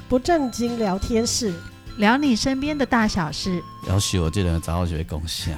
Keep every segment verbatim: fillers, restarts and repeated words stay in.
不正经聊天室， 聊你身边的大小事。 要是我这人早就会讲啥。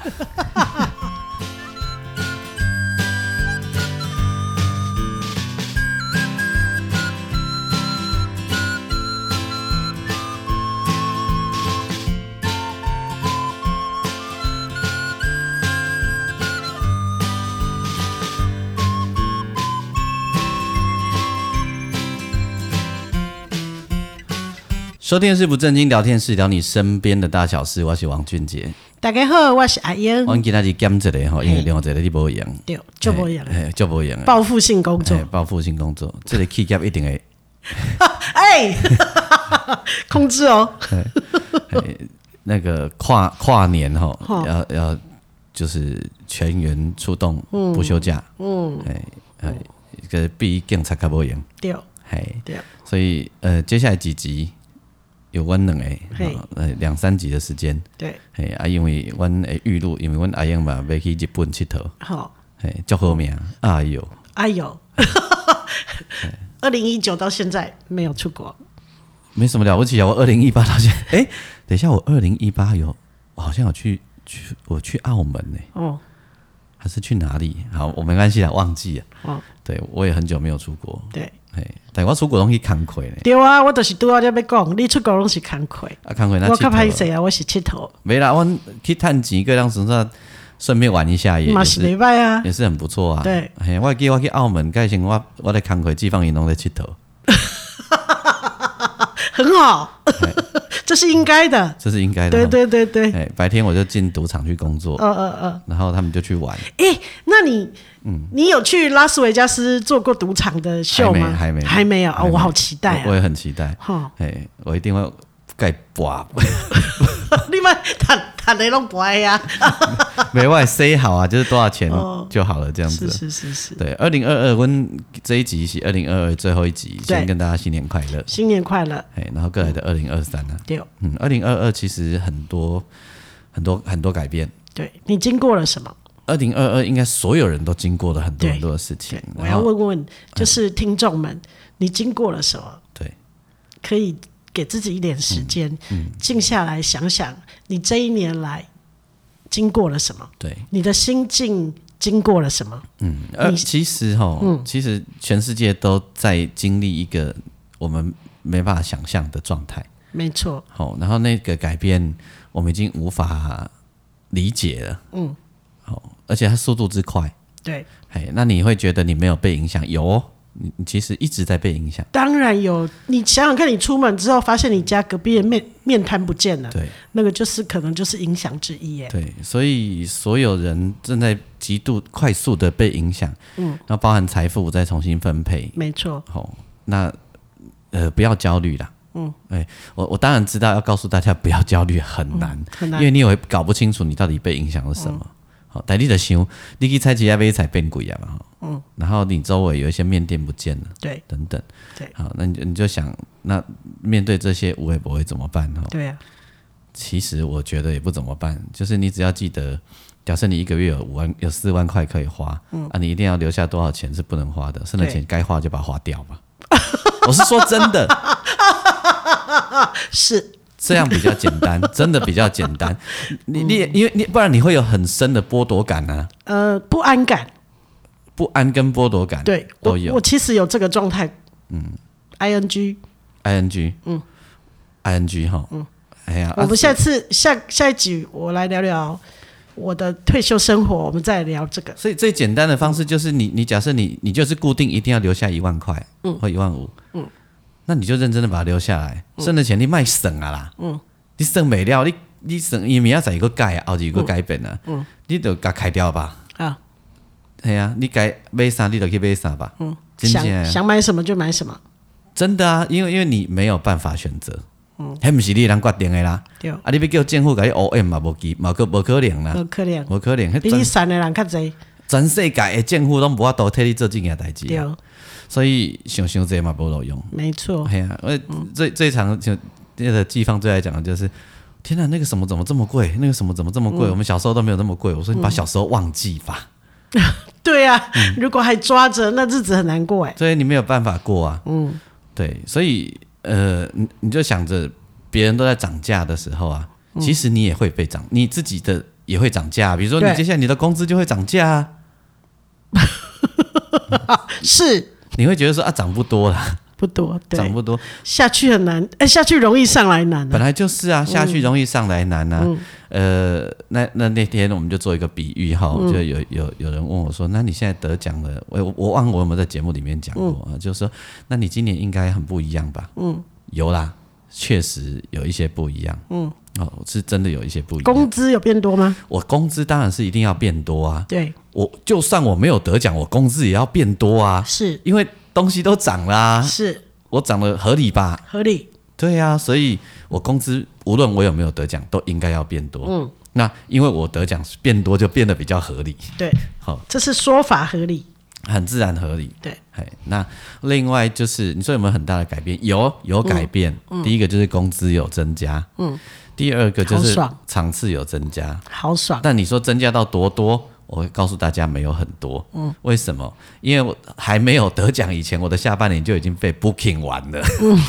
收听是不正经聊天室，聊你身边的大小事。我是王俊杰。 大家好，我是阿英。 我今天是减一个吼，因为另外一个你不一样， 对，就不一样， 哎，就不一样。 报复性工作， 报复性工作，这个企业一定会， 哎，控制哦。 那个跨跨年吼，要要就是全员出动，不休假。嗯，哎哎，个比警察较不一样。 对， 嘿， 对。 所以呃，接下来几集。有阮两个，呃，两三集的时间， 对， 嘿啊，因为阮会预录，因为阮阿英嘛要去日本佚佗， 好， 嘿，足好命，哎呦， 哎呦，二零一九到现在没有出国， 没什么了不起啊！我二零一八到现在，哎、欸，等一下，我二零一八有，我好像有去去，我去澳门呢、欸，哦，还是去哪里？好，我没关系啦，忘记了，哦，对我也很久没有出国， 对。 但我出国拢去工课呢。 对啊，我就是拄好在要讲，你出国拢是工课。 啊，工课那我较歹势啊，我是佚佗。 没啦，我去趁钱，个让身上顺便玩一下也。 嘛是袂歹啊， 也是很不错啊。 对， 我记得我去澳门，盖前我我在工课，季放营拢在佚佗。 很好，这是应该的， 这是应该的。 对对对对。 哎，白天我就进赌场去工作， 嗯嗯嗯， 然后他们就去玩。 哎、欸，那你，嗯，你有去拉斯维加斯做过赌场的秀吗？ 还没， 还没有啊、哦！我好期待啊！ 我, 我也很期待。哈，哎，我一定会盖博。 你们谈谈的拢博呀？ 没外 say 好啊，就是多少钱就好了，这样子。 是是是是。 对，二零二二，我这一集是二零二二最后一集，先跟大家新年快乐， 新年快乐。 哎，然后过来的二零二三呢？ 对， 嗯，二零二二其实很多很多很多改变。 对，你经过了什么？ 二零二二应该所有人都经过了很多很多的事情。 我要问问，就是听众们，嗯、你经过了什么？ 对， 可以给自己一点时间，嗯嗯、静下来想想，你这一年来经过了什么？ 对， 你的心境经过了什么？ 嗯，呃，其实哈，嗯、其实全世界都在经历一个我们没办法想象的状态。 没错。 好，然后那个改变，我们已经无法理解了。嗯。而且它速度之快， 对， 嘿，那你会觉得你没有被影响？有、哦，你你其实一直在被影响。 当然有，你想想看，你出门之后发现你家隔壁的面面摊不见了， 对， 那个就是可能就是影响之一耶。 对，所以所有人正在极度快速的被影响，嗯，然后包含财富再重新分配， 没错。 好、哦，那呃不要焦虑啦。嗯，哎，我我当然知道要告诉大家不要焦虑很难，嗯、很难，因为你也会搞不清楚你到底被影响了什么。嗯好，但你就想，你去菜市场买菜变贵啊嘛，嗯，然后你周围有一些面店不见了， 对， 等等， 对， 好，那你就你就想，那面对这些无为不会怎么办？哈， 对啊， 其实我觉得也不怎么办，就是你只要记得，假设你一个月有五万、有四万块可以花，嗯啊，你一定要留下多少钱是不能花的，剩的钱该花就把它花掉吧。我是说真的， 是。 这样比较简单，真的比较简单。你你因为你不然你会有很深的剥夺感啊。 呃，不安感， 不安跟剥夺感， 对， 都有。 我, 我其实有这个状态，嗯 ，I N G，I N G， 嗯 ，I N G 哈，嗯，哎呀， 我们下次、啊、下下一集我来聊聊我的退休生活，我们再来聊这个。 所以最简单的方式就是你你假设你你就是固定一定要留下一万块，嗯，或一万五，嗯。那你就认真的把它留下来，剩的钱你卖省啊啦，嗯，你省没了，你你省，因为明仔载有个改啊，后日有个改变啊，嗯，你就给它开掉吧，啊，对啊，你该买啥你就去买啥吧，嗯， 想想买什么就买什么， 真的啊，因为因为你没有办法选择，嗯，迄不是你能决定的啦，对，啊，你要叫政府给你 O M 嘛，无机，冇可冇可能啦， 冇可能， 冇可能， 比你善的人较侪， 全世界的政府都无法度替你做这件代志，对。所以想想这嘛没路用， 没错。 哎呀，我最最常就那个季放最爱讲的就是，天哪，那个什么怎么这么贵？那个什么怎么这么贵？嗯、我们小时候都没有那么贵。我说你把小时候忘记吧。 嗯、对啊、嗯，如果还抓着，那日子很难过哎。 对，你没有办法过啊。嗯，对，所以呃，你你就想着别人都在涨价的时候啊，嗯、其实你也会被涨，你自己的也会涨价。比如说，你接下来你的工资就会涨价啊。 是， 你会觉得说啊，涨不多啦。 不多，对， 涨不多， 下去很难，哎，下去容易上来难、啊。 本来就是啊，下去容易上来难啊。嗯、呃，那那那天我们就做一个比喻哈，嗯、就有有有人问我说：“那你现在得奖了，我我忘了我有没有在节目里面讲过、嗯、就是说，那你今年应该很不一样吧？”嗯，有啦，确实有一些不一样。嗯，哦，是真的有一些不一样。 工资有变多吗？ 我工资当然是一定要变多啊。 对， 我就算我没有得奖，我工资也要变多啊。 是， 因为东西都涨啦、啊。 是。 我涨得合理吧？ 合理。 对啊，所以我工资无论我有没有得奖，都应该要变多。嗯，那因为我得奖变多，就变得比较合理。 对，好，这是说法合理， 很自然合理。 对， 那另外就是你说有没有很大的改变？有，有改变。嗯、第一个就是工资有增加。嗯，第二个就是场次有增加。 好爽！ 但你说增加到多多？我会告诉大家没有很多，嗯，为什么？因为我还没有得奖以前，我的下半年就已经被 booking 完了，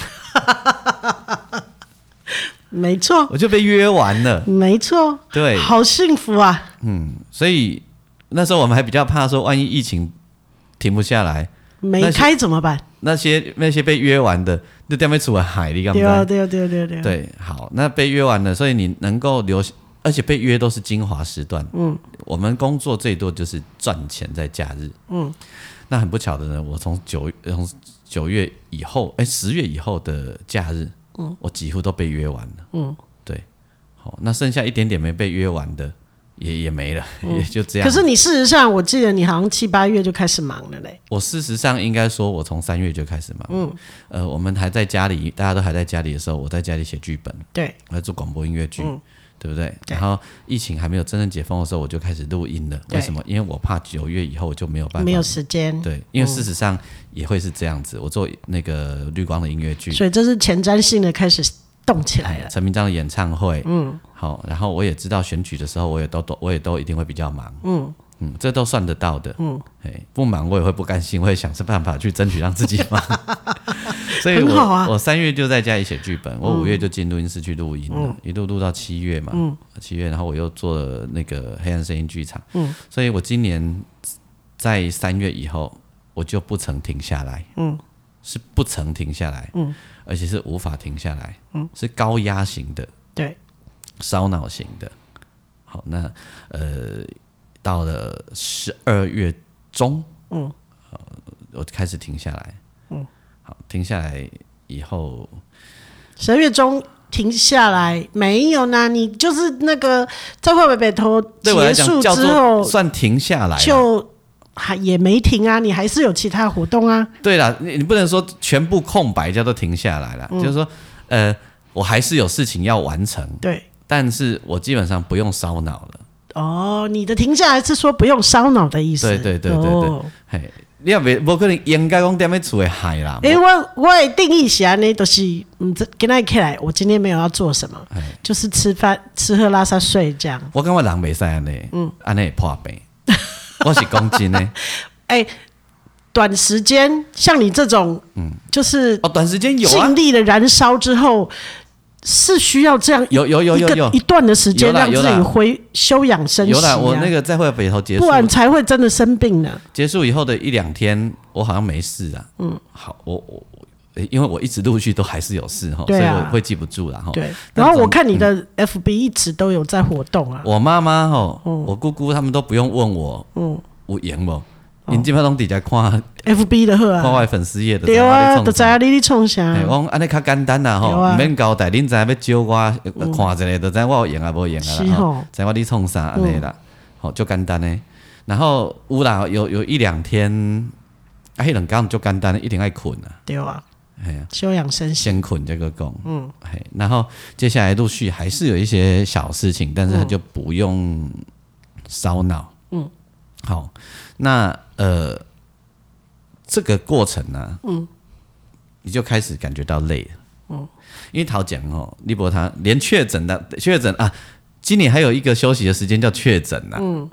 嗯，没错， 我就被约完了， 没错， 对， 好幸福啊， 嗯，所以那时候我们还比较怕说，万一疫情停不下来， 没开怎么办？ 那些那些被约完的，就掉没出来海里， 对啊，对啊，对啊，对啊，对啊， 对，好，那被约完了，所以你能够留下。而且被约都是精华时段，嗯，我们工作最多就是赚钱在假日，嗯，那很不巧的呢，我从九从九月以后，哎，十月以后的假日，嗯，我几乎都被约完了，嗯，对，好，那剩下一点点没被约完的也也没了，嗯、也就这样。 可是你事实上，我记得你好像七八月就开始忙了嘞。 我事实上应该说，我从三月就开始忙，嗯，呃，我们还在家里，大家都还在家里的时候，我在家里写剧本， 对， 我在做广播音乐剧。嗯，对不 对, 对？然后疫情还没有真正解封的时候，我就开始录音了。为什么？因为我怕九月以后我就没有办法， 没有时间。 对，因为事实上也会是这样子。我做那个绿光的音乐剧， 所以这是前瞻性的开始动起来了。 陈明章的演唱会，嗯，好，然后我也知道选举的时候，我也都都我也都一定会比较忙，嗯嗯，这都算得到的，嗯，不忙我也会不甘心，我会想办法去争取让自己忙。所以我，啊、我三月就在家里写剧本，我五月就进录音室去录音了，嗯、一路录到七月嘛，嗯、七月，然后我又做了那个黑暗声音剧场，嗯、所以我今年在三月以后，我就不曾停下来，嗯、是不曾停下来，嗯、而且是无法停下来，嗯、是高压型的， 对， 烧脑型的。好，那呃，到了十二月中，嗯、呃，我开始停下来，嗯。停下来以后， 十二月中停下来没有呢？你就是那个在会北北头结束之后， 算停下来， 就还也没停啊，你还是有其他活动啊。 对啦，你你不能说全部空白叫做停下来了，嗯、就是说，呃，我还是有事情要完成， 对， 但是我基本上不用烧脑了。 哦，你的停下来是说不用烧脑的意思？ 对对对对对，哦、嘿。你也不可能应该讲踮咧厝会害啦。 因为我我的定义是安尼，就是嗯，今天起来，我今天没有要做什么，就是吃饭、吃喝拉撒睡这样。 我感觉人袂使安尼，嗯，安尼会破病。我是讲真的。 哎、欸，短时间像你这种，嗯，就是哦，短时间有尽力的燃烧之后。是需要这样有有有有有一段的时间让自己回休养生息、啊。 有啦，我那个在会北头结束， 不然才会真的生病呢。 结束以后的一两天，我好像没事啊。嗯，好，我我因为我一直陆续都还是有事哈，啊、所以我会记不住啦哈。 对，然后我看你的 F B 一直都有在活动啊。 我妈妈哈，嗯、我姑姑他们都不用问我，嗯，有闲不？因基本上底下看 F B 的好啊， 看我的粉丝页的， 对啊，就知道你咧创啥。 我讲安尼较简单啦吼，唔免交代，恁知要招我看一下，就知我有用啊无用啊啦吼，知我你创啥安尼啦，吼就简单诶。然后有啦，有有一两天，啊，迄两天就简单，一定爱困啊。 对啊，休养生息， 先困这个讲，嗯，嘿，然后接下来陆续还是有一些小事情，但是他就不用烧脑，嗯，好，那呃。这个过程呢、啊，嗯，你就开始感觉到累了，嗯，因为头前哦，利伯他连确诊的确诊啊，今年还有一个休息的时间叫确诊啊，嗯，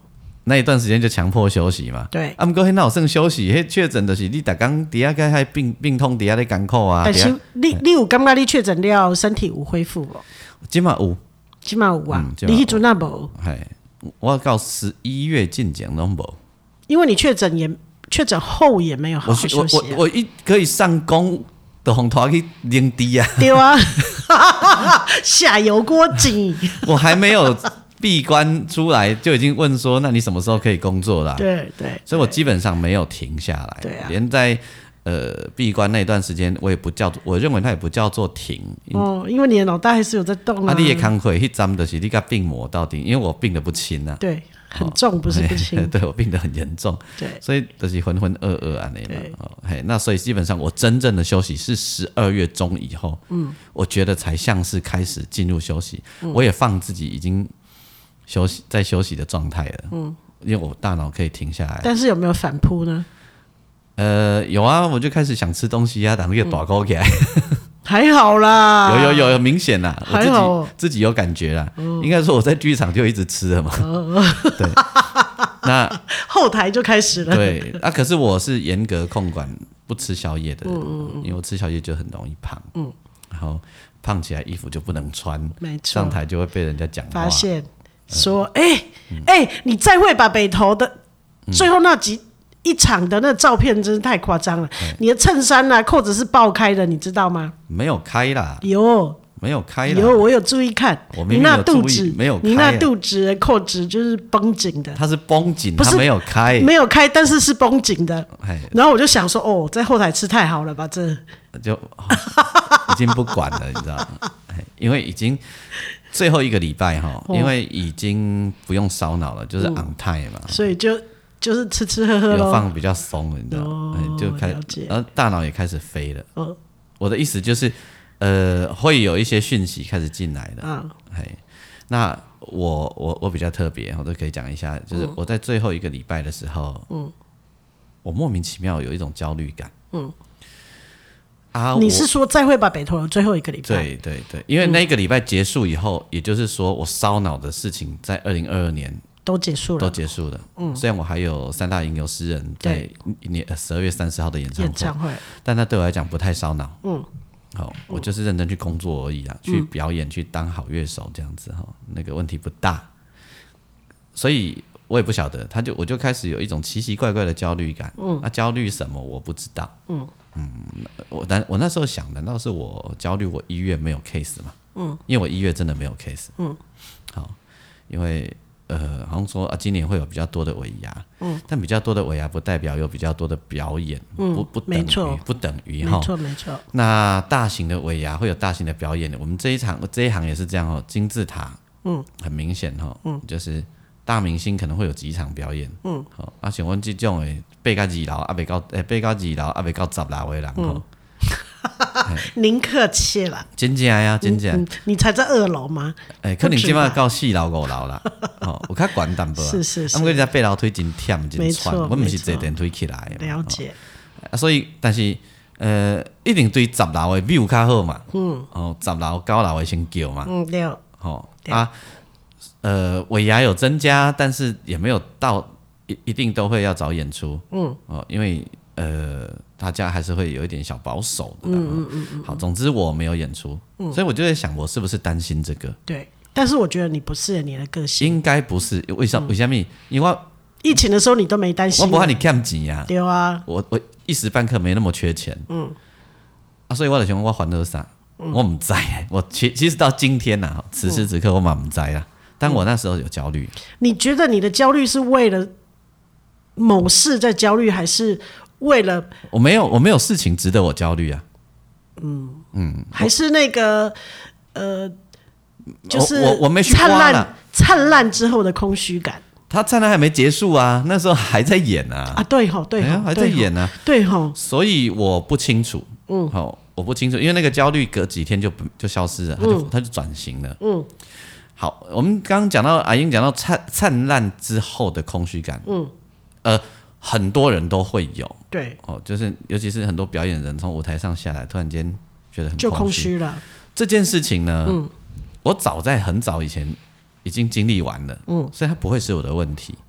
那一段时间就强迫休息嘛。 对， 啊，不过那有算休息，迄确诊就是你逐工底下个还病病痛底下咧艰苦啊。 但是你你有感觉你确诊了，身体有恢复无？ 今嘛有， 今嘛有啊， 嗯你迄阵啊无？ 嘿，我到十一月进前拢无， 因为你确诊也确诊后也没有好我好休息、啊我我我一可以上工。就红拖去拎滴啊！ 对啊，下油锅紧。 我还没有闭关出来，就已经问说，那你什么时候可以工作啦、啊？ 对对， 所以我基本上没有停下来。 对啊， 连在呃闭关那段时间，我也不叫做，我认为它也不叫做停。 哦，因为你的脑袋还是有在动啊。 啊，你也康会一针的是你个病魔到底，因为我病得不轻啊。 对。很重，不是不轻。 对，我病得很严重， 对， 所以就是浑浑噩噩啊那嘛。哦，嘿，那所以基本上我真正的休息是十二月中以后，嗯，我觉得才像是开始进入休息，嗯、我也放自己已经休息在休息的状态了，嗯，因为我大脑可以停下来。 但是有没有反扑呢？ 呃，有啊，我就开始想吃东西啊，然后又大高起来。 还好啦， 有有有有明显啦，我自己自己有感觉啦。 嗯、 应该说我在剧场就一直吃了嘛。嗯、对，那后台就开始了。 对啊，可是我是严格控管不吃宵夜的人，嗯嗯因为我吃宵夜就很容易胖。嗯，然后胖起来衣服就不能穿， 没错， 上台就会被人家讲话， 发现说，哎哎、嗯欸欸，你再会把北投的最后那几。一场的那照片真是太夸张了，你的衬衫啊扣子是爆开的，你知道吗？ 没有开啦， 有没有开啦？ 有，我有注意看。 我明明有注意， 你那肚子没有开， 你那肚子的扣子就是绷紧的， 它是绷紧， 不是它没有开， 没有开，但是是绷紧的。然后我就想说，哦，在后台吃太好了吧？这就、哦、已经不管了，你知道吗？因为已经最后一个礼拜哈，因为已经不用烧脑了，就是 on time 嘛， 嗯、所以就。就是吃吃喝喝有放比较松了，你知道吗？ 哦、 就开，然后大脑也开始飞了。 哦、 我的意思就是，呃，会有一些讯息开始进来的。嗯，嘿，那我我我比较特别，我都可以讲一下，就是我在最后一个礼拜的时候，嗯，我莫名其妙有一种焦虑感。嗯，啊， 你是说再会把北投的最后一个礼拜？ 对对对，因为那一个礼拜结束以后，嗯、也就是说我烧脑的事情在二零二二年。 都结束了， 都结束了。嗯，虽然我还有三大吟游诗人在年十二月三十号的演唱会， 演唱会， 但那对我来讲不太烧脑。嗯，好、哦， 嗯、 我就是认真去工作而已啊，嗯、去表演，去当好乐手这样子哈、哦，那个问题不大。所以我也不晓得，他就我就开始有一种奇奇怪怪的焦虑感。嗯，那、啊、焦虑什么我不知道。嗯嗯，我但我那时候想，难道是我焦虑我一月没有 case 吗？嗯，因为我一月真的没有 case。嗯，好，因为。呃，好像说啊，今年会有比较多的尾牙，嗯，但比较多的尾牙不代表有比较多的表演，嗯，不不等于不等于哈， 没错没错。 那大型的尾牙会有大型的表演，我们这一场这一行也是这样哦，金字塔，嗯，很明显哈，嗯，就是大明星可能会有几场表演，嗯，好，啊，像我们这种的八到二楼啊，未到诶八到二楼啊，未到十楼的人吼。嗯您客气了， 真正呀，真正、嗯嗯。你才在二楼吗？ 哎、欸，可能今晚到四楼、五楼啦。哦，我较悬淡薄。 是是是。 啊，我在八楼推真忝真喘，我不是坐电梯起来的。 了解。 啊、所以，但是呃，一定对十楼的 view 较好嘛。嗯。哦，十楼、九楼的先叫嘛。 嗯，对。 哦啊，呃，尾牙有增加，但是也没有到一一定都会要找演出。嗯。哦，因为呃。大家还是会有一点小保守的，嗯嗯嗯好，总之我没有演出，嗯、所以我就在想，我是不是担心这个？ 对，但是我觉得你不是你的个性， 应该不是，为什么？为什么？因为我疫情的时候你都没担心、啊， 我不怕你欠钱呀， 对啊， 我我一时半刻没那么缺钱，嗯，啊，所以我就想我还了啥？嗯、我唔知，我其其实到今天呐、啊，此时此刻我嘛唔知啦，但我那时候有焦虑。 你觉得你的焦虑是为了某事在焦虑，还是？为了我没有我没有事情值得我焦虑啊， 嗯嗯，还是那个呃，就是我我没去灿烂灿烂之后的空虚感， 他灿烂还没结束啊，那时候还在演啊啊对吼对吼、哎、 还在演啊对吼， 所以我不清楚，嗯好、哦、我不清楚，因为那个焦虑隔几天就就消失了，他就、嗯、他就转型了，嗯好，我们刚刚讲到阿英讲到灿灿烂之后的空虚感，嗯呃。很多人都会有， 对， 哦，就是尤其是很多表演人从舞台上下来，突然间觉得很就空虚了。 这件事情呢，嗯，我早在很早以前已经经历完了，嗯，所以它不会是我的问题，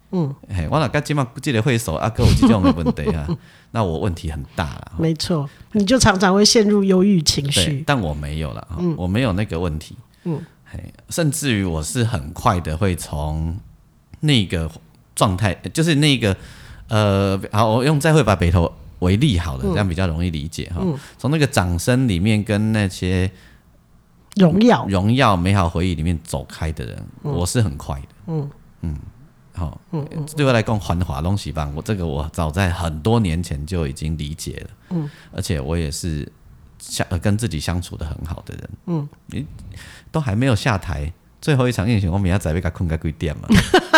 嗯，嘿，我若甲即马即个会所啊，各有这种的问题啊，那我问题很大了。 没错，你就常常会陷入忧郁情绪。 但我没有了、嗯，我没有那个问题。嗯，嘿，甚至于我是很快的会从那个状态，就是那个呃，好，我用再会把北投为例好了，嗯、这样比较容易理解哈。从、嗯、那个掌声里面跟那些荣耀、 荣耀、美好回忆里面走开的人，嗯、我是很快的。嗯嗯。好、嗯嗯，对我来讲，繁华东西吧，我这个我早在很多年前就已经理解了，嗯，而且我也是相跟自己相处的很好的人，嗯，你都还没有下台，最后一场演习，我明仔载要给他困到几点嘛？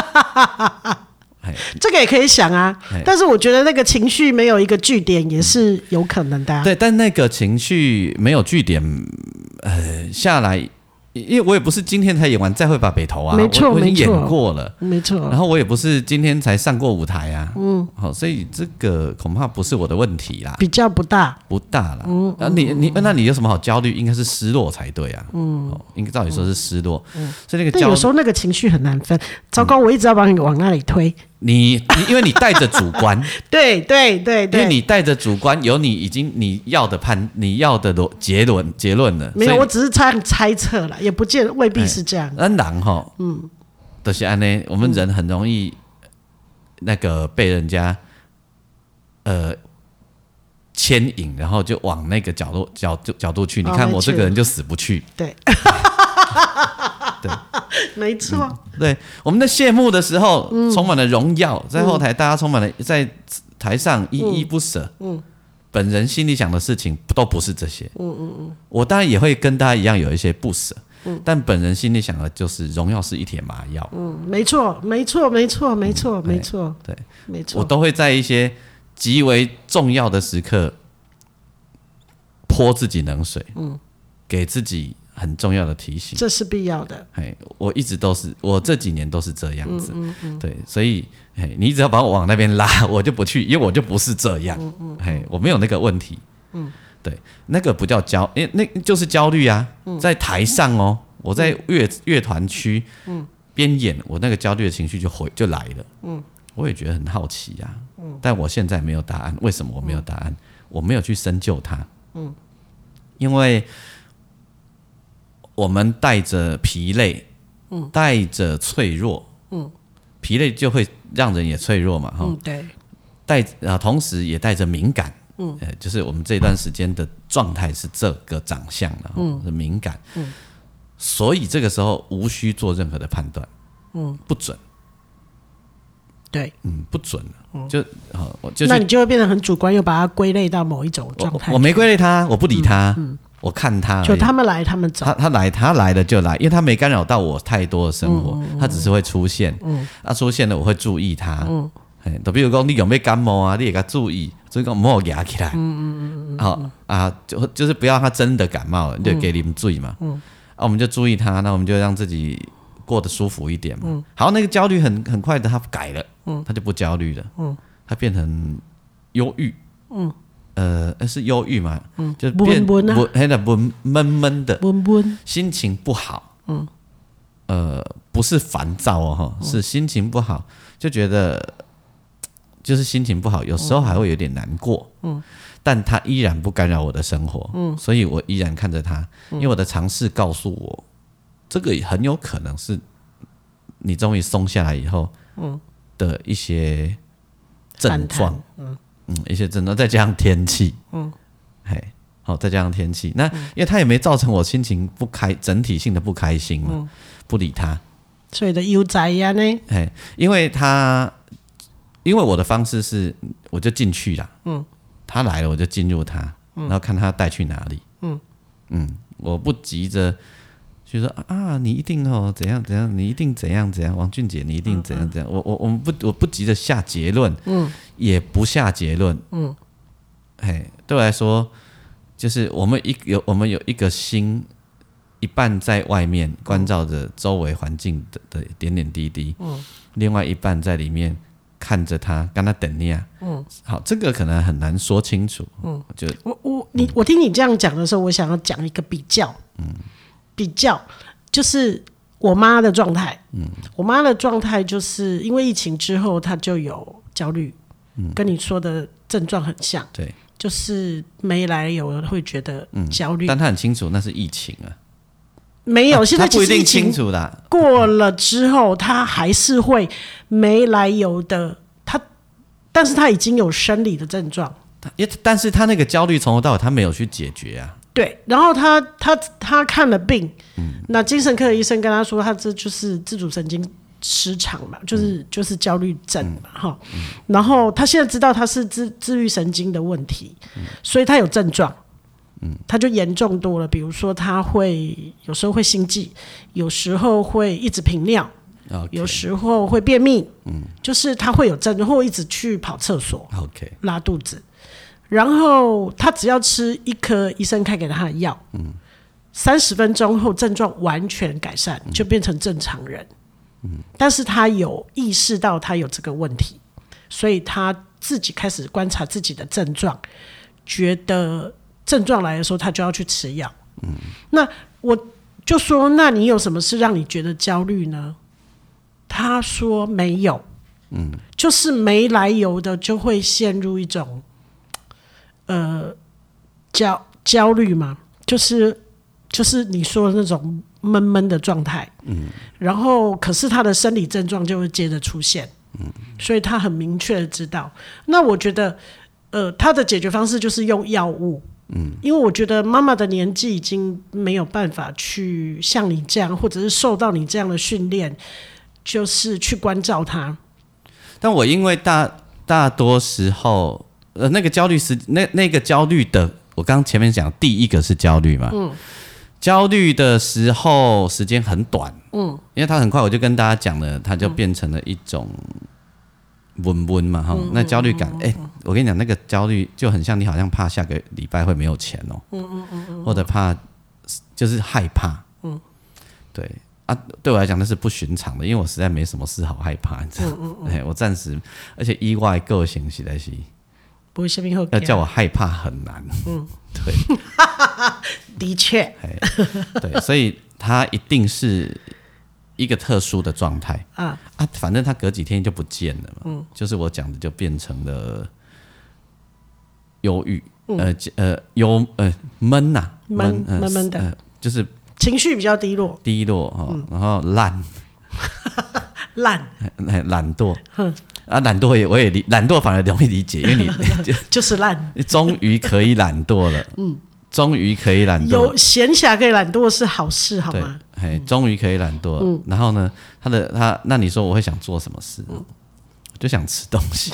这个也可以想啊，但是我觉得那个情绪没有一个据点也是有可能的、啊嗯。 对，但那个情绪没有据点，呃，下来。因为我也不是今天才演完再会把北投啊， 没错， 我已经演过了， 没错。 然后我也不是今天才上过舞台啊，嗯，好，所以这个恐怕不是我的问题啦， 比较不大， 不大啦。嗯，啊、你你那你有什么好焦虑？应该是失落才对啊，嗯，哦、应该照理说是失落，嗯，所以那个焦虑， 但有时候那个情绪很难分。糟糕，我一直要把你往那里推。 你你因为你带着主观， 对对对对， 因为你带着主观，有你已经你要的判，你要的结论结论了。 没有，我只是猜猜测了，也不见未必是这样。 那人哈，嗯，就是安呢，我们人很容易那个被人家呃牵引，然后就往那个角度角角度去。你看我这个人就死不去。 对。 对， 没错、 嗯。对，我们在谢幕的时候，嗯、充满了荣耀，在后台大家充满了，在台上依依不舍。嗯，嗯本人心里想的事情都不是这些。嗯嗯嗯。我当然也会跟大家一样有一些不舍，嗯、但本人心里想的就是荣耀是一帖麻药。 嗯，没错，没错，没错，没错，没错。 对， 没错。 我都会在一些极为重要的时刻泼自己冷水，嗯，给自己。很重要的提醒， 这是必要的。 嘿，我一直都是，我这几年都是这样子。嗯嗯嗯、对，所以嘿，你只要把我往那边拉，我就不去，因为我就不是这样。嗯嗯、嘿，我没有那个问题。嗯，对，那个不叫焦，因为那就是焦虑啊。嗯、在台上哦，我在乐乐团区边演，我那个焦虑的情绪就回就来了。嗯，我也觉得很好奇呀、啊。嗯，但我现在没有答案，为什么我没有答案？我没有去深究它。嗯，因为。我们带着疲累，嗯，带着脆弱，嗯，疲累就会让人也脆弱嘛，哈、 嗯，对， 带啊，同时也带着敏感，嗯，呃，就是我们这段时间的状态是这个长相了，嗯，是敏感，嗯，所以这个时候无需做任何的判断，嗯，不准， 对， 嗯，不准了，就好，我就那你就会变得很主观，又把它归类到某一种状态。 我没归类他，我不理他。嗯嗯我看他， 就他们来，他们走。 他他来，他来了就来，因为他没干扰到我太多的生活，嗯嗯、他只是会出现。嗯，他、啊、出现了，我会注意他。嗯，都比如说你有没有感冒啊，你也给他注意，所以讲莫压起来。嗯嗯嗯嗯。好、哦、啊，就就是不要他真的感冒了，你就给你们注意嘛。嗯。啊，我们就注意他，那我们就让自己过得舒服一点嘛。嗯。好，那个焦虑很很快的，他改了。嗯。他就不焦虑了。嗯。他变成忧郁。嗯。呃，是忧郁嘛？嗯，就变闷闷啊， 黑的闷闷闷的， 闷闷， 心情不好。嗯，呃，不是烦躁哦，嗯、是心情不好，就觉得就是心情不好，有时候还会有点难过。嗯，但他依然不干扰我的生活。嗯，所以我依然看着他，因为我的尝试告诉我，这个很有可能是你终于松下来以后，嗯的一些症状。嗯。嗯，一些症状，再加上天气，嗯，嘿，好，再加上天气，那、嗯、因为他也没造成我心情不开，整体性的不开心嘛，嗯、不理他， 所以的悠哉呀呢， 嘿，因为他，因为我的方式是，我就进去了，嗯，他来了我就进入他，嗯、然后看他带去哪里，嗯嗯，我不急着。就说啊，你一定哦怎样怎样，你一定怎样怎样，王俊杰你一定怎样怎样。嗯嗯、我我我们不我不急着下结论，嗯，也不下结论，嗯，嘿，对我来说，就是我们一有我们有一个心，一半在外面关照着周围环境 的, 的点点滴滴，嗯，另外一半在里面看着他，跟他等你啊，嗯，好，这个可能很难说清楚，嗯，就我我你我听你这样讲的时候，我想要讲一个比较，嗯。比较就是我妈的状态，嗯，我妈的状态就是因为疫情之后，她就有焦虑，嗯，跟你说的症状很像， 对， 就是没来由会觉得焦虑、 嗯，但她很清楚那是疫情啊， 没有， 啊、 现在她不一定其实疫情清楚啦， 过了之后，她还是会没来由的，她，但是她已经有生理的症状， 也，但是她那个焦虑从头到尾她没有去解决啊。 对，然后他他他看了病，嗯，那精神科的医生跟他说，他这就是自主神经失常嘛，就是、嗯、就是焦虑症嘛，哈、嗯。然后他现在知道他是自自律神经的问题，嗯、所以他有症状，嗯，他就严重多了。比如说他会有时候会心悸，有时候会一直频尿， okay. 有时候会便秘，嗯，就是他会有症状，会一直去跑厕所 ，OK， 拉肚子。然后他只要吃一颗医生开给他的药，嗯，三十分钟后症状完全改善，就变成正常人。嗯，但是他有意识到他有这个问题，所以他自己开始观察自己的症状，觉得症状来的时候他就要去吃药。嗯，那我就说，那你有什么事让你觉得焦虑呢？他说没有，嗯，就是没来由的就会陷入一种。呃，焦焦虑嘛，就是就是你说的那种闷闷的状态，嗯，然后可是他的生理症状就会接着出现，嗯，所以他很明确的知道。那我觉得，呃，他的解决方式就是用药物，嗯，因为我觉得妈妈的年纪已经没有办法去像你这样，或者是受到你这样的训练，就是去关照他。 但我因为大大多时候。呃，那个焦虑时，那那个焦虑的，我刚前面讲第一个是焦虑嘛，嗯，焦虑的时候时间很短，嗯，因为它很快我就跟大家讲了，它就变成了一种温温嘛，哈、嗯，那焦虑感，哎、欸，我跟你讲，那个焦虑就很像你好像怕下个礼拜会没有钱哦、喔，嗯嗯嗯嗯，或者怕就是害怕，嗯，对啊，对我来讲那是不寻常的，因为我实在没什么事好害怕，你知道吗？嗯嗯嗯，我暂时，而且意外个性实在是。 不会生病后要叫我害怕很难，嗯，对， 的确， 对，所以他一定是一个特殊的状态啊啊，反正他隔几天就不见了嘛，嗯，就是我讲的就变成了忧郁，嗯、呃呃忧呃闷呐， 闷闷闷的、呃， 就是情绪比较低落， 低落哈、嗯，然后懒， 懒， 懒惰，哼。啊，懒惰也我也理懒惰反而容易理解，因为你就就是懒， 你终于可以懒惰了，嗯，终于可以懒惰， 有闲暇可以懒惰是好事，好吗？ 对，终于可以懒惰，嗯，然后呢，他的他，那你说我会想做什么事？嗯，就想吃东西，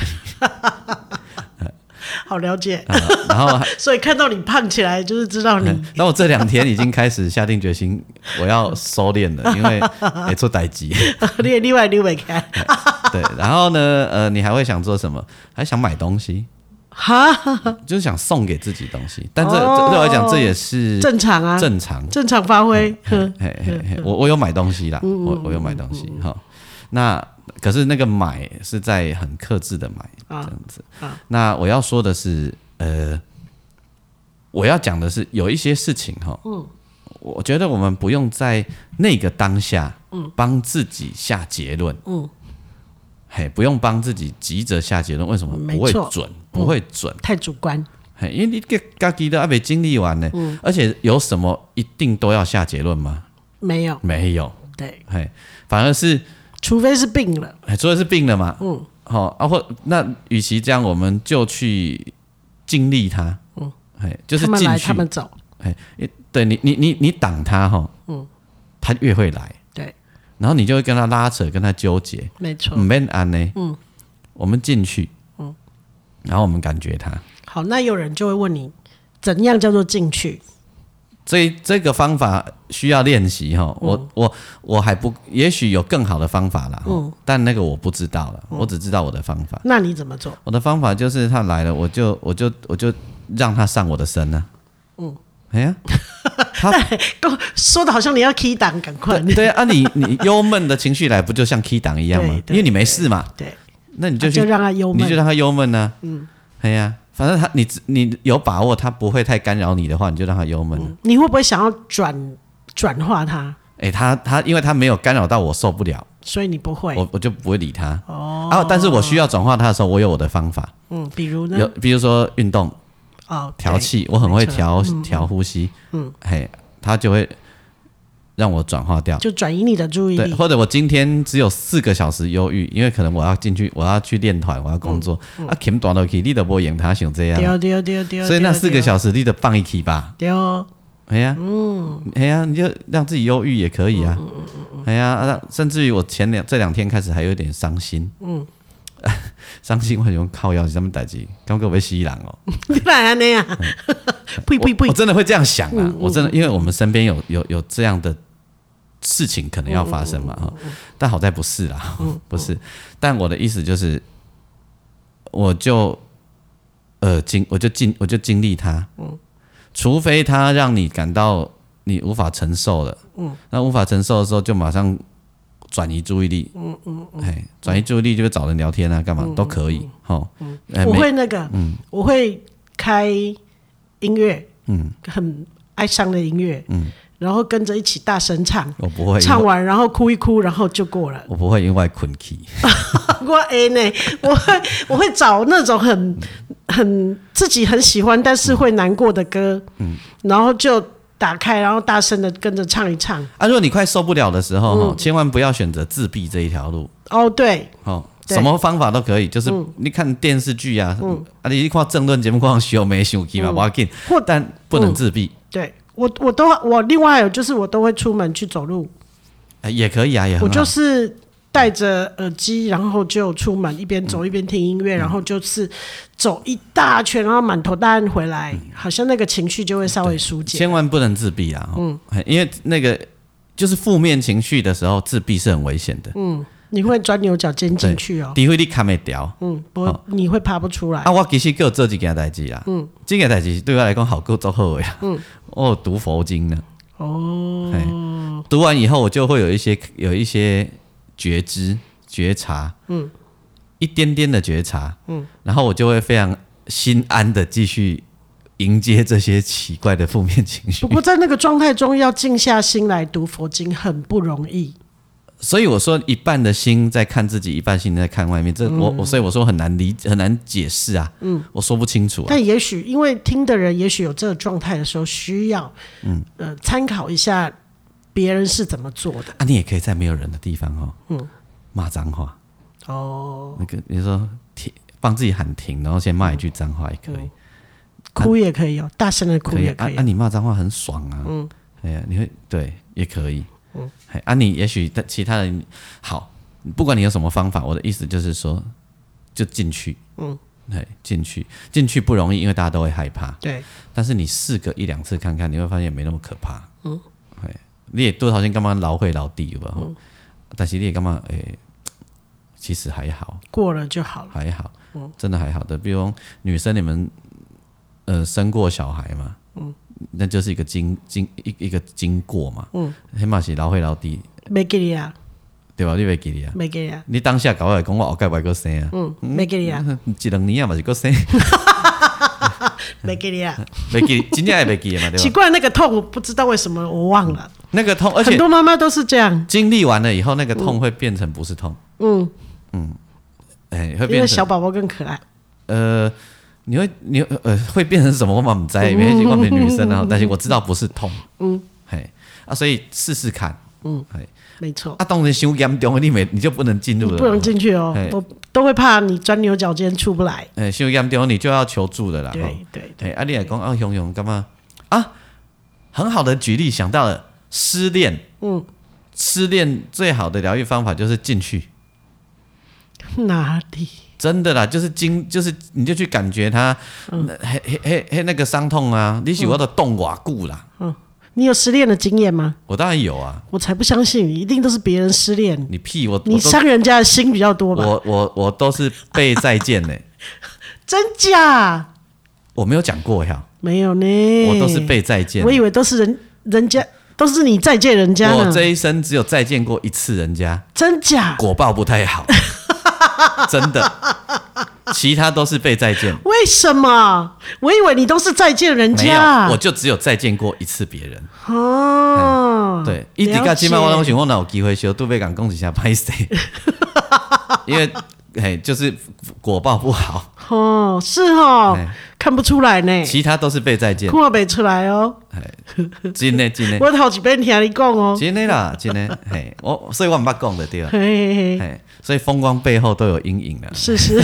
好了解， 啊、然后所以看到你胖起来，就是知道你。 那、嗯、我这两天已经开始下定决心，我要收敛了，因为没做代志。 你另外你没看。 对，然后呢，呃，你还会想做什么？还想买东西， 哈， 就是想送给自己东西。但这、哦、对我来讲，这也是正常啊， 正常， 正常发挥。 嘿嘿嘿嘿我我有买东西啦，嗯、我我有买东西哈。那可是那个买是在很克制的买，啊、这样子、啊。那我要说的是，呃，我要讲的是有一些事情哈，嗯，我觉得我们不用在那个当下，嗯，帮自己下结论，嗯。嘿，不用帮自己急着下结论，为什么？不会准，不会准， 太主观。 嘿，因为你个自己都还没经历完呢、嗯，而且有什么一定都要下结论吗？ 没有， 没有。 对， 嘿，反而是， 除非是病了， 除非是病了嘛。嗯，好、哦、啊，或那与其这样，我们就去经历它。嗯，嘿，就是进去， 他们来，他们走。 嘿，对你，你你你挡他哈，嗯，他越会来。然后你就会跟他拉扯，跟他纠结， 没错， 不免安呢。嗯，我们进去，嗯，然后我们感觉他。 好，那有人就会问你，怎样叫做进去？ 这这个方法需要练习哈、嗯，我我我还不，也许有更好的方法啦，嗯，但那个我不知道了、嗯，我只知道我的方法。 那你怎么做？ 我的方法就是他来了，我就我就我就让他上我的身啊，嗯。哎呀， 他说的好像你要 key 档，赶快。 对, 对啊，你你忧闷的情绪来，不就像 key 档一样吗？因为你没事嘛。 对， 那你就去、 啊、就让他忧闷， 你就让他忧闷呢、啊。嗯，哎呀，反正他你你有把握他不会太干扰你的话，你就让他忧闷、啊嗯。你会不会想要转转化他？ 哎、欸，他他因为他没有干扰到我受不了， 所以你不会， 我我就不会理他。哦，啊，但是我需要转化他的时候，我有我的方法。 嗯，比如呢？ 有，比如说运动， 哦， 调气，我很会调调呼吸。嗯，嘿，他就会让我转化掉， 就转移你的注意力。 对，或者我今天只有四个小时忧郁，因为可能我要进去，我要去练团，我要工作。嗯嗯、啊，琴断落去，你都不演他想这样。 对对对对。 所以那四个小时你得放一起吧。 对。 哎呀，嗯，哎呀，你就让自己忧郁也可以啊。嗯嗯嗯哎呀、啊，甚至于我前两这两天开始还有点伤心。嗯。伤心我很用靠腰，什么代志？刚刚被吸人哦。 你来安尼啊？呸呸呸！ 我真的会这样想啊！嗯嗯、我真的，因为我们身边有有有这样的事情可能要发生嘛哈、嗯嗯嗯，但好在不是啦，嗯、不是。但我的意思就是，我就呃经我就经我就经历它，嗯，除非它让你感到你无法承受了，嗯，那无法承受的时候就马上转移注意力，嗯嗯嗯，哎，转移注意力就会找人聊天啊，干嘛、嗯、都可以，哈、嗯嗯， 我会那个，嗯，我会开音乐，嗯，很哀伤的音乐，嗯。然后跟着一起大声唱， 我不会唱完然后哭一哭，然后就过了。 我不会因为困起， 我哎呢，我会我会找那种很很自己很喜欢但是会难过的歌，嗯，然后就打开，然后大声的跟着唱一唱。 啊，如果你快受不了的时候，嗯、千万不要选择自闭这一条路。 哦，对， 哦，什么方法都可以，就是你看电视剧啊，嗯、啊，你看政论节目，看想没想起嘛，不要紧，但不能自闭。 嗯、对。我我都我另外还有就是我都会出门去走路， 欸、也可以啊，也很好。 我就是戴着耳机，然后就出门，一边走一边听音乐、嗯，然后就是走一大圈，然后满头大汗回来、嗯，好像那个情绪就会稍微疏解。 千万不能自闭啊！嗯，因为那个就是负面情绪的时候，自闭是很危险的。嗯。 你会钻牛角尖进去哦， 除非你看不掉， 嗯，不会、哦，你会爬不出来。 啊，我其实还有做一件代志啦，嗯，这件代志对我来讲好够做好的啦，嗯，我有读佛经呢，哦，读完以后我就会有一些有一些觉知觉察，嗯，一点点的觉察，嗯，然后我就会非常心安的继续迎接这些奇怪的负面情绪。 不过在那个状态中要静下心来读佛经很不容易。 所以我说一半的心在看自己，一半心在看外面，这我我所以我说很难理很难解释啊，嗯，我说不清楚啊。 但也许因为听的人也许有这个状态的时候，需要嗯呃参考一下别人是怎么做的啊。你也可以在没有人的地方哦，嗯，骂脏话哦，那个你说停，帮自己喊停，然后先骂一句脏话也可以，嗯、 哭也可以哦，大声的哭也可以。 啊，啊你骂脏话很爽啊，嗯，哎呀，你会对也可以。嗯，啊，你也许其他人好，不管你有什么方法，我的意思就是说，就进去，嗯，对，进去，进去不容易，因为大家都会害怕， 对。 但是你试个一两次看看，你会发现没那么可怕，嗯，你也多少先干嘛劳会劳地吧，嗯，但是你也干嘛，诶、欸，其实还好， 过了就好了， 还好，嗯，真的还好的。比如女生，你们呃生过小孩嘛，嗯。那就是一个经经一一个经过嘛，嗯，起码是老岁老弟， 没给你啊， 对吧？你没给你啊， 没给你啊， 你当下搞来讲我后盖外个生啊， 嗯，没给你啊， 一两年啊嘛是个生， 没给你啊， 没给，真正也没给嘛，对吧？ 奇怪，那个痛不知道为什么我忘了， 那个痛，而且很多妈妈都是这样， 经历完了以后，那个痛会变成不是痛，嗯嗯，哎、欸，会变成因为小宝宝更可爱， 呃。你会你呃会变成什么？我嘛不知道，因为外面女生啊，但是我知道不是痛，嗯，嘿啊，所以试试看，嗯，嘿， 没错。 啊，当然伤严重，你没你就不能进入了， 不能进去哦，我都会怕你钻牛角尖出不来。 哎，伤严重你就要求助的啦， 对对对。 啊，你来讲啊，雄雄干嘛啊？很好的举例，想到了失恋，嗯，失恋最好的疗愈方法就是进去哪里？ 真的啦，就是经，就是你就去感觉它，嗯，嘿嘿嘿嘿那个伤痛啊，你是我的动瓦固啦。 嗯，你有失恋的经验吗？ 我当然有啊。 我才不相信，一定都是别人失恋。 你屁，我你伤人家的心比较多吧？ 我我我都是被再见呢、欸。 真假？ 我没有讲过呀。 没有呢。 我都是被再见。 我以为都是人人家都是你再见人家呢。 我这一生只有再见过一次人家。 真假？ 果报不太好。真的， 其他都是被再见。 为什么？我以为你都是再见人没有， 家。 我就只有再见过一次别人。 哦， 对，一直到今晚我都想我哪有机会小杜被讲讲一下拍谁，因为嘿就是果报不好。 哦，是哦，看不出来呢。 其他都是被再见， 看不出来哦。 真的真的， 我头一遍听你讲哦， 真的啦，真的嘿，我所以我唔捌讲的对了， 嘿嘿嘿，所以风光背后都有阴影的。 是是，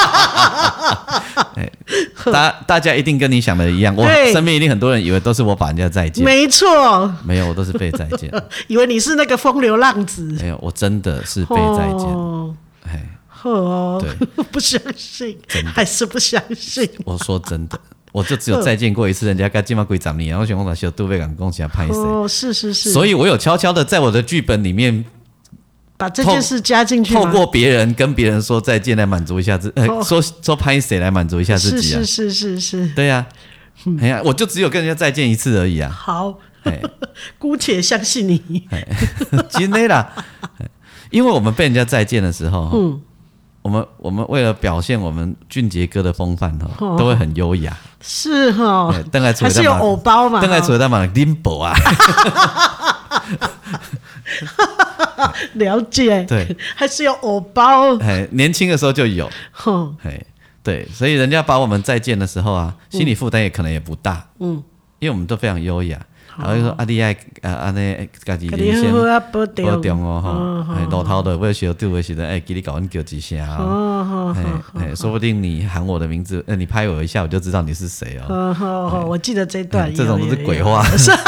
大大家一定跟你想的一样，我身边一定很多人以为都是我把人家再见， 没错， 没有，我都是被再见， 以为你是那个风流浪子， 没有，我真的是被再见， 哦嘿。 呵哦， 对， 不相信，还是不相信？ 我说真的，我就只有再见过一次，人家该今晚几十年，然后想讲小杜被讲讲起来拍谁？ 哦，是是是， 所以我有悄悄的在我的剧本里面把这件事加进去， 透过别人跟别人说再见来满足一下自，呃， 哦说说拍谁来满足一下自己啊？ 是是是是是， 对呀、啊，哎呀，我就只有跟人家再见一次而已啊。 好，姑且相信你， 真的啦，因为我们被人家再见的时候，嗯。我们我们为了表现我们俊杰哥的风范哈，哦、都会很优雅。 是哈、哦， 还是有偶包嘛？ 邓来出来嘛，拎包啊。 了解， 对， 还是有偶包。 哎，年轻的时候就有。 哼， 哎，对，所以人家把我们再见的时候啊，心理负担也可能也不大。嗯，因为我们都非常优雅。然后就说啊，你爱啊安尼，家己人生保重哦吼，路头的要小拄的时阵，哎，给你搞阮叫一声哦，哎哎，说不定你喊我的名字，呃，你拍我一下，我就知道你是谁哦。 好好，我记得这段， 这种都是鬼话。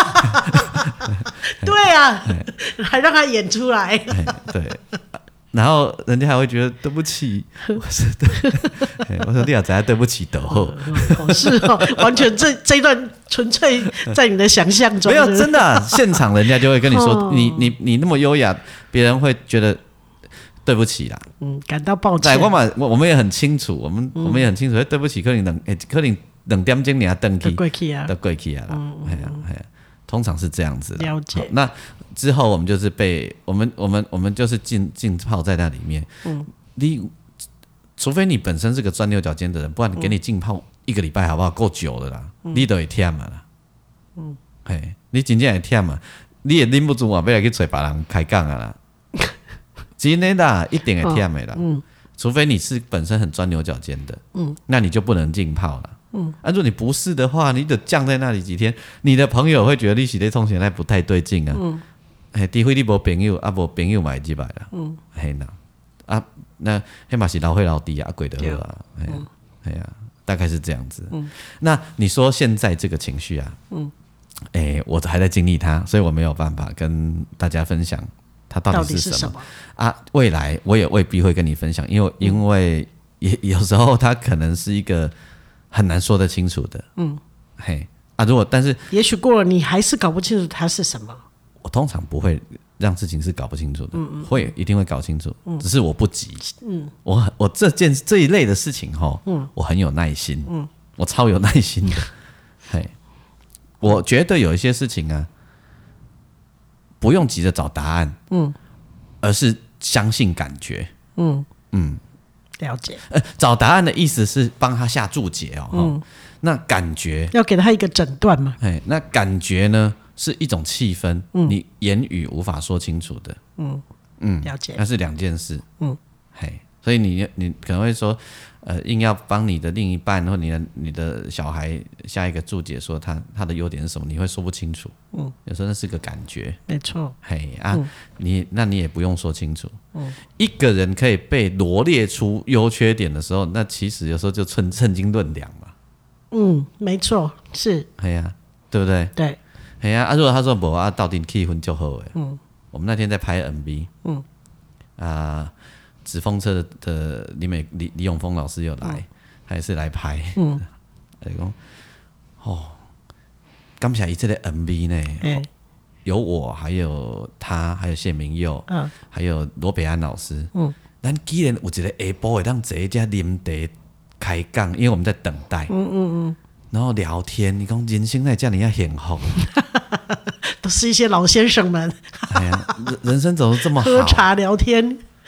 对啊，还让他演出来。 对。然后人家还会觉得对不起，我说对，我说你也知道对不起的后， 是哦，完全这这一段纯粹在你的想象中， 没有真的、啊，现场人家就会跟你说，哦、你你你那么优雅，别人会觉得对不起啦， 嗯，感到抱歉。 我嘛，我我们也很清楚，我们、嗯、我们也很清楚，对不起，可能两，可能两点钟你要登去， 过去啊， 都过去啊啦，哎呀哎呀，通常是这样子。 了解。 那之后我们就是被我们我们我们就是浸浸泡在那里面。嗯，你除非你本身是个钻牛角尖的人，不然你给你浸泡一个礼拜好不好？够久了啦，嗯、你都会忝嘛啦。嗯，嘿，你真正会忝嘛？你也忍不住啊，要来去找别人开讲啊啦。真的啦，一定会忝的啦。嗯，除非你是本身很钻牛角尖的，嗯，那你就不能浸泡了。嗯，啊，如果你不是的话，你就降在那里几天，你的朋友会觉得你是在冲现在不太对劲啊。嗯。嘿，除非你无朋友，啊无朋友嘛会入来啦。嗯，嘿呐，啊，那迄嘛是老岁老弟啊，鬼得好啊，嘿呀、啊，嘿呀、啊，大概是这样子。嗯，那你说现在这个情绪啊，嗯，哎、欸，我还在经历它，所以我没有办法跟大家分享它到底是什么, 什么啊。未来我也未必会跟你分享，因为、嗯、因为也有时候它可能是一个很难说得清楚的。嗯，嘿啊，如果但是也许过了，你还是搞不清楚它是什么。 我通常不会让事情是搞不清楚的，嗯嗯会一定会搞清楚，嗯、只是我不急。嗯，我我这件这一类的事情哈，嗯，我很有耐心，嗯，我超有耐心的。嘿，我觉得有一些事情啊，不用急着找答案，嗯，而是相信感觉，嗯嗯， 了解。 呃，找答案的意思是帮他下注解哦，嗯，那感觉要给他一个诊断嘛， 哎，那感觉呢？是一种气氛，嗯、你言语无法说清楚的，嗯嗯， 了解， 那是两件事，嗯，嘿，所以你你可能会说，呃，硬要帮你的另一半或你的你的小孩下一个注解，说他他的优点是什么，你会说不清楚，嗯，有时候那是个感觉， 没错， 嘿啊，嗯、你那你也不用说清楚，嗯，一个人可以被罗列出优缺点的时候，那其实有时候就称称斤论两嘛， 嗯，没错，是， 嘿呀、啊，对不对？ 对。 哎呀、啊，如果他说无啊，到底气氛就好诶。嗯，我们那天在拍 M V， 嗯，啊，纸风车的的李美李李永峰老师有来，嗯、他也是来拍，嗯，他讲哦，感谢伊这个 M V 呢，欸、有我，还有他，还有谢明佑，嗯，还有罗北安老师，嗯，咱既然有一个下晡会当坐一只啉茶开讲，因为我们在等待，嗯嗯嗯。然后聊天，你讲人生在这样要幸福， 都是一些老先生们。 哎呀，人生怎么这么好？ 喝茶聊天，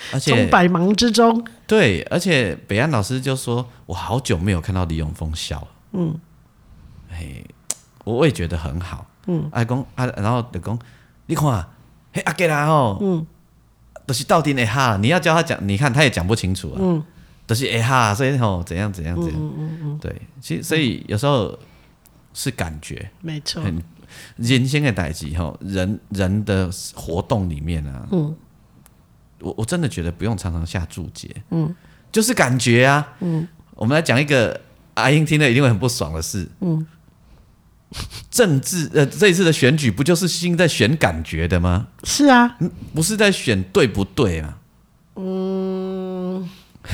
而且从百忙之中， 对，而且北安老师就说，我好久没有看到李永峰笑了。嗯，嘿，我也觉得很好。嗯，啊讲啊，然后就讲，你看，嘿阿吉啦吼，嗯，都、就是到底会哈，你要教他讲，你看他也讲不清楚啊。嗯，都、就是会哈，所以吼怎样怎样怎样。嗯嗯嗯对，其实所以有时候是感觉， 没错。 人生的代志吼，人人的活动里面啊，嗯。我我真的觉得不用常常下注解，嗯，就是感觉啊，嗯，我们来讲一个阿英听了一定会很不爽的事，嗯，政治呃这一次的选举不就是新在选感觉的吗？ 是啊， 嗯，不是在选对不对啊？ 嗯，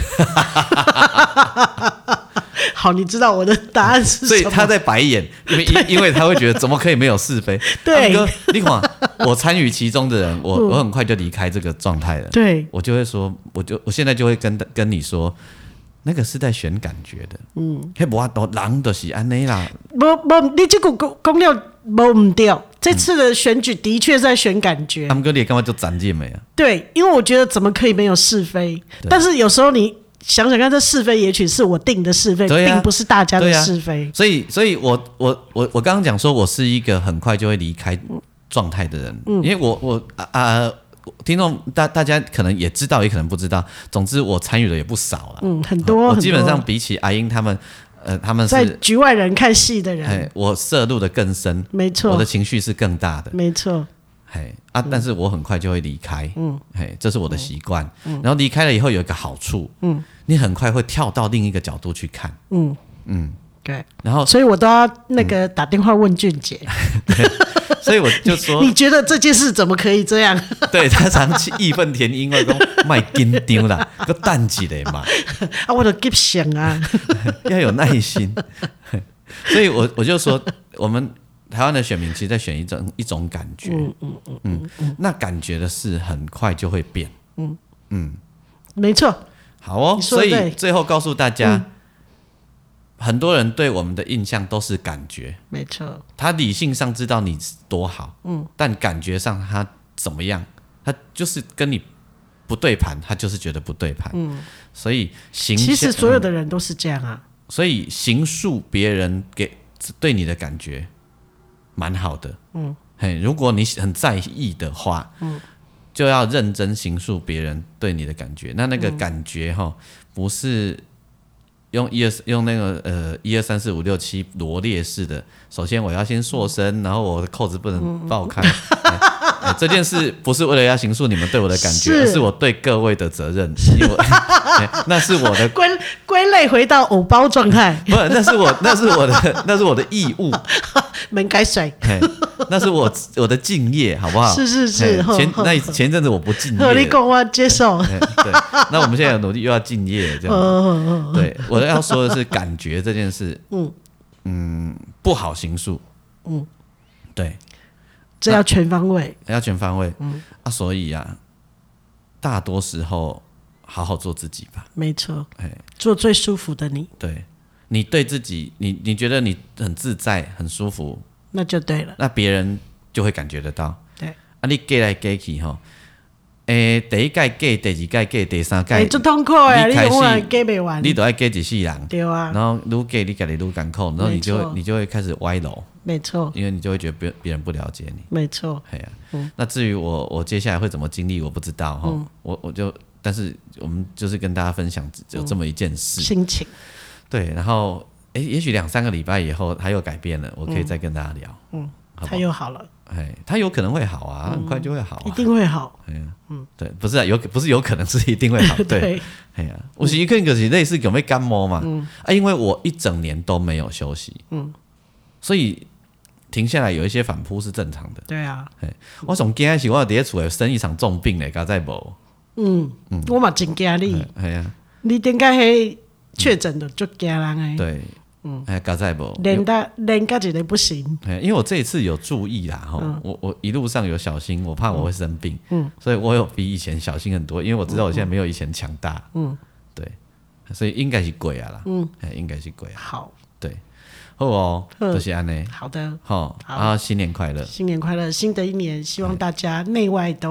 好，你知道我的答案是什么？ 所以他在白眼，因为因为他会觉得怎么可以没有是非？ 对， 哥，你看我参与其中的人，我、嗯、我很快就离开这个状态了。 对， 我就会说，我就我现在就会跟跟你说，那个是在选感觉的。嗯，迄无法度，人就是安尼啦。 无无，你这句讲了无唔对。这次的选举的确在选感觉。 他们哥，你干嘛就斩剑没啊？ 对，因为我觉得怎么可以没有是非？但是有时候你。想想看，这是非也许是我定的是非，啊、并不是大家的是非。 啊、所以，所以我我我我刚刚讲说，我是一个很快就会离开状态的人，嗯、因为我我啊、呃，听众大大家可能也知道，也可能不知道。总之，我参与的也不少了， 嗯，很多。 我基本上比起阿英他们，呃，他们是在局外人看戏的人， 我涉入的更深， 没错， 我的情绪是更大的， 没错。 嘿啊，但是我很快就会离开，嗯，嘿，这是我的习惯。嗯，然后离开了以后有一个好处，嗯，你很快会跳到另一个角度去看，嗯嗯， 对。 然后， 所以我都要那个打电话问俊杰， 对，所以我就说， 你觉得这件事怎么可以这样？ 对他常义愤填膺，我讲卖紧张啦，个淡季的嘛， 啊，我都急想啊， 要有耐心。所以我我就说我们。台湾的选民其实在选一种一种感觉，嗯嗯嗯嗯嗯，那感觉的事很快就会变，嗯嗯， 没错。 好哦，所以最后告诉大家、嗯，很多人对我们的印象都是感觉， 没错。 他理性上知道你多好，嗯，但感觉上他怎么样，他就是跟你不对盘，他就是觉得不对盘，嗯，所以形其实所有的人都是这样啊， 嗯、所以形塑别人给对你的感觉。蛮好的，嗯，嘿，如果你很在意的话，嗯，就要认真形塑别人对你的感觉。那那个感觉哈、嗯，不是用一二用那个呃一二三四五六七罗列式的。首先我要先塑身，然后我的扣子不能爆开。嗯欸、这件事不是为了要形塑你们对我的感觉，是而是我对各位的责任。因为我欸、那是我的归归类回到偶包状态， 不是，那是我那是我的那是我的义务。 门改水， 那是我我的敬业，好不好？ 是是是， 前那前阵子我不敬业， 你讲我接受。 对，那我们现在有努力又要敬业，这样。对，我要说的是感觉这件事，嗯嗯，不好形塑，嗯，对， 这要全方位， 要全方位，嗯啊，所以啊，大多时候好好做自己吧， 没错，哎，做最舒服的你， 对。你对自己，你你觉得你很自在、很舒服， 那就对了。 那别人就会感觉得到。 对， 啊，你嫁来嫁去吼，诶，第一届嫁，第二届嫁，第三届， 哎，最痛苦的，你永远嫁不完， 你都要嫁一世人。 对啊。 然后愈嫁你家己愈艰苦，然后你就会你就会开始歪楼。 没错。 因为你就会觉得别别人不了解你。 没错。 哎呀、啊嗯，那至于我我接下来会怎么经历，我不知道哈、嗯。我我就，但是我们就是跟大家分享有这么一件事， 嗯、心情。对， 然后哎，也许两三个礼拜以后他又改变了，我可以再跟大家聊。 嗯，好好他又好了。 哎，他有可能会好啊，很快就会好、啊嗯，一定会好。 哎呀，嗯，对，不是啊，有不是有可能是一定会好。对，哎呀，我是一个就是类似有没有感冒嘛、嗯，啊，因为我一整年都没有休息，嗯，所以停下来有一些反扑是正常的。 对啊， 哎，我从惊的是我伫咧厝诶生一场重病嘞，刚才无。 嗯嗯，我嘛真惊你。 系啊， 你点解迄确诊的就惊人诶？ 对。嗯，哎，刚才无连到连到一个不行。 因为我这一次有注意啦，吼、嗯，我我一路上有小心，我怕我会生病，嗯，所以我有比以前小心很多，因为我知道我现在没有以前强大，嗯，对，所以应该是贵啊啦，嗯，应该是贵啊。 好， 对，好哦，就是安尼。 好的， 好，啊，新年快乐， 新年快乐，新的一年，希望大家内外都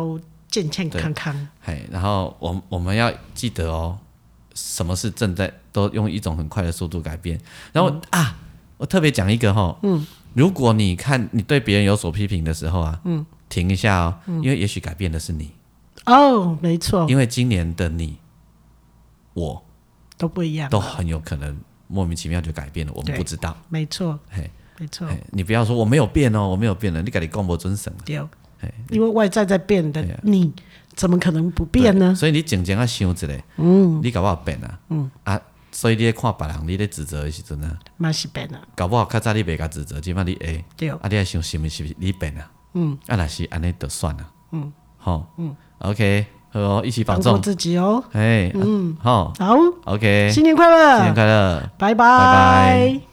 健健康康。 嘿，然后我我们要记得哦，什么是正在都用一种很快的速度改变。然后、嗯、啊，我特别讲一个哈，嗯，如果你看你对别人有所批评的时候啊，嗯，停一下哦，嗯、因为也许改变的是你。 哦，没错， 因为今年的你，我都不一样， 都很有可能莫名其妙就改变了，我们不知道。 没错，嘿。没错， 你不要说我没有变哦，我没有变了，你跟你讲不准神。 对，因为外在在变的，你怎么可能不变呢？ 所以你静静啊想一下，嗯，你搞不好变啊，嗯啊，所以你在看别人，你在指责的时阵啊， 嘛是变啊， 搞不好较早你袂甲指责，即摆你会，对，啊，你要想是不是你变啊，嗯，啊，若是安尼就算了，嗯，好，嗯 ，OK， 好、哦，一起保重自己哦， 哎，嗯，好， 好 ，OK， 新年快乐， 新年快乐， 拜拜， 拜拜。